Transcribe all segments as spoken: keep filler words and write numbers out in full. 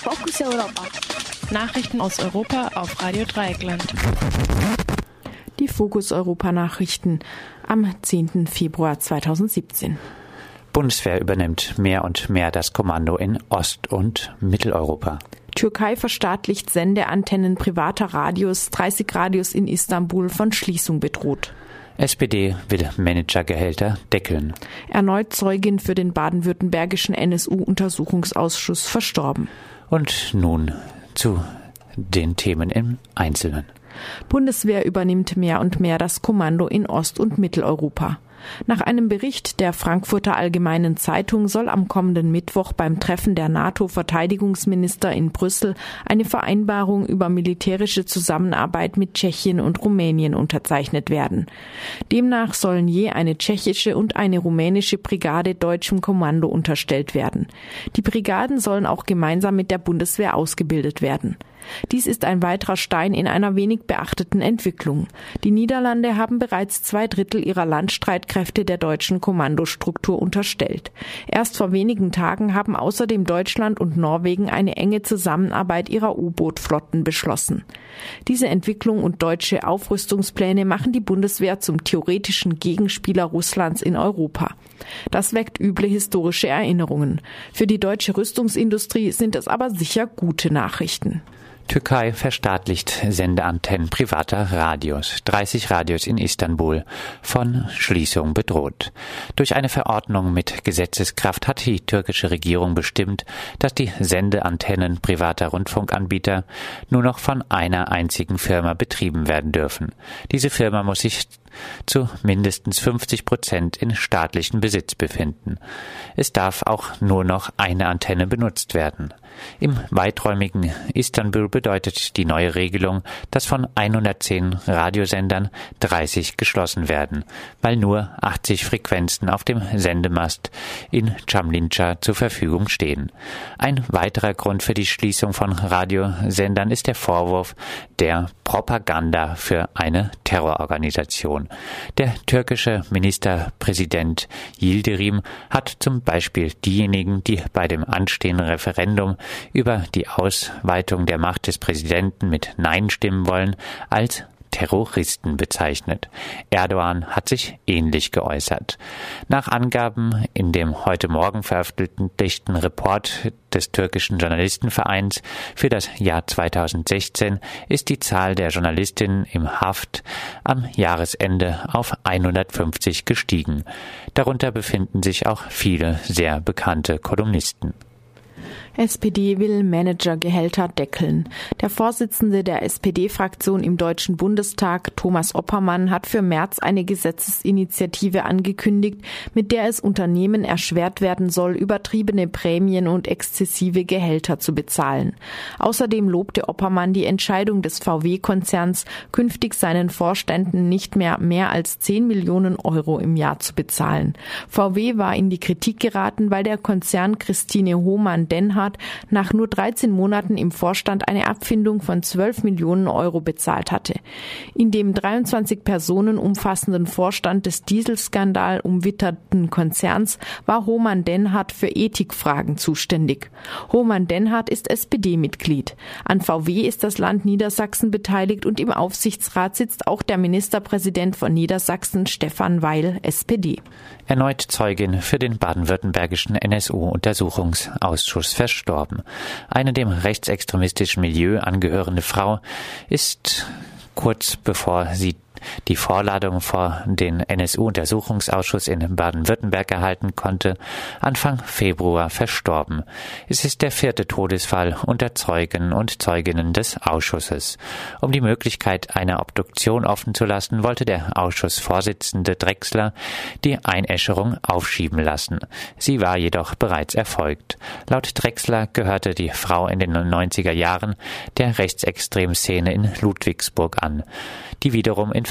Fokus Europa. Nachrichten aus Europa auf Radio Dreieckland. Die Fokus Europa Nachrichten am zehnten Februar zweitausendsiebzehn. Bundeswehr übernimmt mehr und mehr das Kommando in Ost- und Mitteleuropa. Türkei verstaatlicht Sendeantennen privater Radios, dreißig Radios in Istanbul von Schließung bedroht. S P D will Managergehälter deckeln. Erneut Zeugin für den baden-württembergischen N S U-Untersuchungsausschuss verstorben. Und nun zu den Themen im Einzelnen. Bundeswehr übernimmt mehr und mehr das Kommando in Ost- und Mitteleuropa. Nach einem Bericht der Frankfurter Allgemeinen Zeitung soll am kommenden Mittwoch beim Treffen der NATO-Verteidigungsminister in Brüssel eine Vereinbarung über militärische Zusammenarbeit mit Tschechien und Rumänien unterzeichnet werden. Demnach sollen je eine tschechische und eine rumänische Brigade deutschem Kommando unterstellt werden. Die Brigaden sollen auch gemeinsam mit der Bundeswehr ausgebildet werden. Dies ist ein weiterer Stein in einer wenig beachteten Entwicklung. Die Niederlande haben bereits zwei Drittel ihrer Landstreitkräfte der deutschen Kommandostruktur unterstellt. Erst vor wenigen Tagen haben außerdem Deutschland und Norwegen eine enge Zusammenarbeit ihrer U-Boot-Flotten beschlossen. Diese Entwicklung und deutsche Aufrüstungspläne machen die Bundeswehr zum theoretischen Gegenspieler Russlands in Europa. Das weckt üble historische Erinnerungen. Für die deutsche Rüstungsindustrie sind es aber sicher gute Nachrichten. Türkei verstaatlicht Sendeantennen privater Radios. dreißig Radios in Istanbul von Schließung bedroht. Durch eine Verordnung mit Gesetzeskraft hat die türkische Regierung bestimmt, dass die Sendeantennen privater Rundfunkanbieter nur noch von einer einzigen Firma betrieben werden dürfen. Diese Firma muss sich zu mindestens fünfzig Prozent in staatlichen Besitz befinden. Es darf auch nur noch eine Antenne benutzt werden. Im weiträumigen Istanbul bedeutet die neue Regelung, dass von hundertzehn Radiosendern dreißig geschlossen werden, weil nur achtzig Frequenzen auf dem Sendemast in Čamlinča zur Verfügung stehen. Ein weiterer Grund für die Schließung von Radiosendern ist der Vorwurf der Propaganda für eine Terrororganisation. Der türkische Ministerpräsident Yildirim hat zum Beispiel diejenigen, die bei dem anstehenden Referendum über die Ausweitung der Macht des Präsidenten mit Nein stimmen wollen, als Terroristen bezeichnet. Erdogan hat sich ähnlich geäußert. Nach Angaben in dem heute Morgen veröffentlichten Report des türkischen Journalistenvereins für das Jahr zweitausendsechzehn ist die Zahl der Journalistinnen im Haft am Jahresende auf hundertfünfzig gestiegen. Darunter befinden sich auch viele sehr bekannte Kolumnisten. S P D will Managergehälter deckeln. Der Vorsitzende der S P D-Fraktion im Deutschen Bundestag, Thomas Oppermann, hat für März eine Gesetzesinitiative angekündigt, mit der es Unternehmen erschwert werden soll, übertriebene Prämien und exzessive Gehälter zu bezahlen. Außerdem lobte Oppermann die Entscheidung des V W-Konzerns, künftig seinen Vorständen nicht mehr mehr als zehn Millionen Euro im Jahr zu bezahlen. V W war in die Kritik geraten, weil der Konzern Christine Hohmann-Dennhardt nach nur dreizehn Monaten im Vorstand eine Abfindung von zwölf Millionen Euro bezahlt hatte. In dem dreiundzwanzig Personen umfassenden Vorstand des Dieselskandal umwitterten Konzerns war Hohmann-Dennhardt für Ethikfragen zuständig. Hohmann-Dennhardt ist S P D-Mitglied. An V W ist das Land Niedersachsen beteiligt und im Aufsichtsrat sitzt auch der Ministerpräsident von Niedersachsen, Stefan Weil, S P D. Erneut Zeugin für den baden-württembergischen N S U-Untersuchungsausschuss verstorben. Eine dem rechtsextremistischen Milieu angehörende Frau ist kurz bevor sie die Vorladung vor den N S U-Untersuchungsausschuss in Baden-Württemberg erhalten konnte, Anfang Februar verstorben. Es ist der vierte Todesfall unter Zeugen und Zeuginnen des Ausschusses. Um die Möglichkeit einer Obduktion offen zu lassen, wollte der Ausschussvorsitzende Drechsler die Einäscherung aufschieben lassen. Sie war jedoch bereits erfolgt. Laut Drechsler gehörte die Frau in den neunziger Jahren der Rechtsextremszene in Ludwigsburg an, die wiederum in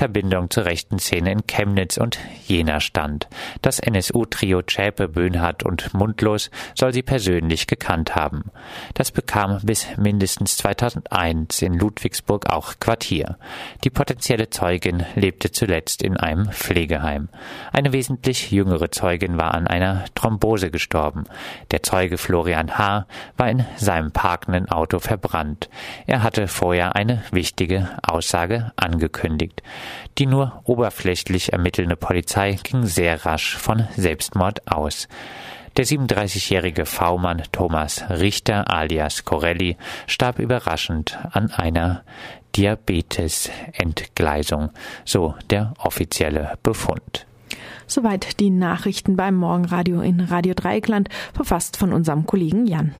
Verbindung zur rechten Szene in Chemnitz und Jena stand. Das N S U-Trio Zschäpe, Böhnhardt und Mundlos soll sie persönlich gekannt haben. Das bekam bis mindestens zweitausendeins in Ludwigsburg auch Quartier. Die potenzielle Zeugin lebte zuletzt in einem Pflegeheim. Eine wesentlich jüngere Zeugin war an einer Thrombose gestorben. Der Zeuge Florian H. war in seinem parkenden Auto verbrannt. Er hatte vorher eine wichtige Aussage angekündigt. Die nur oberflächlich ermittelnde Polizei ging sehr rasch von Selbstmord aus. Der siebenunddreißigjährige V-Mann Thomas Richter alias Corelli starb überraschend an einer Diabetesentgleisung, so der offizielle Befund. Soweit die Nachrichten beim Morgenradio in Radio Dreieckland, verfasst von unserem Kollegen Jan.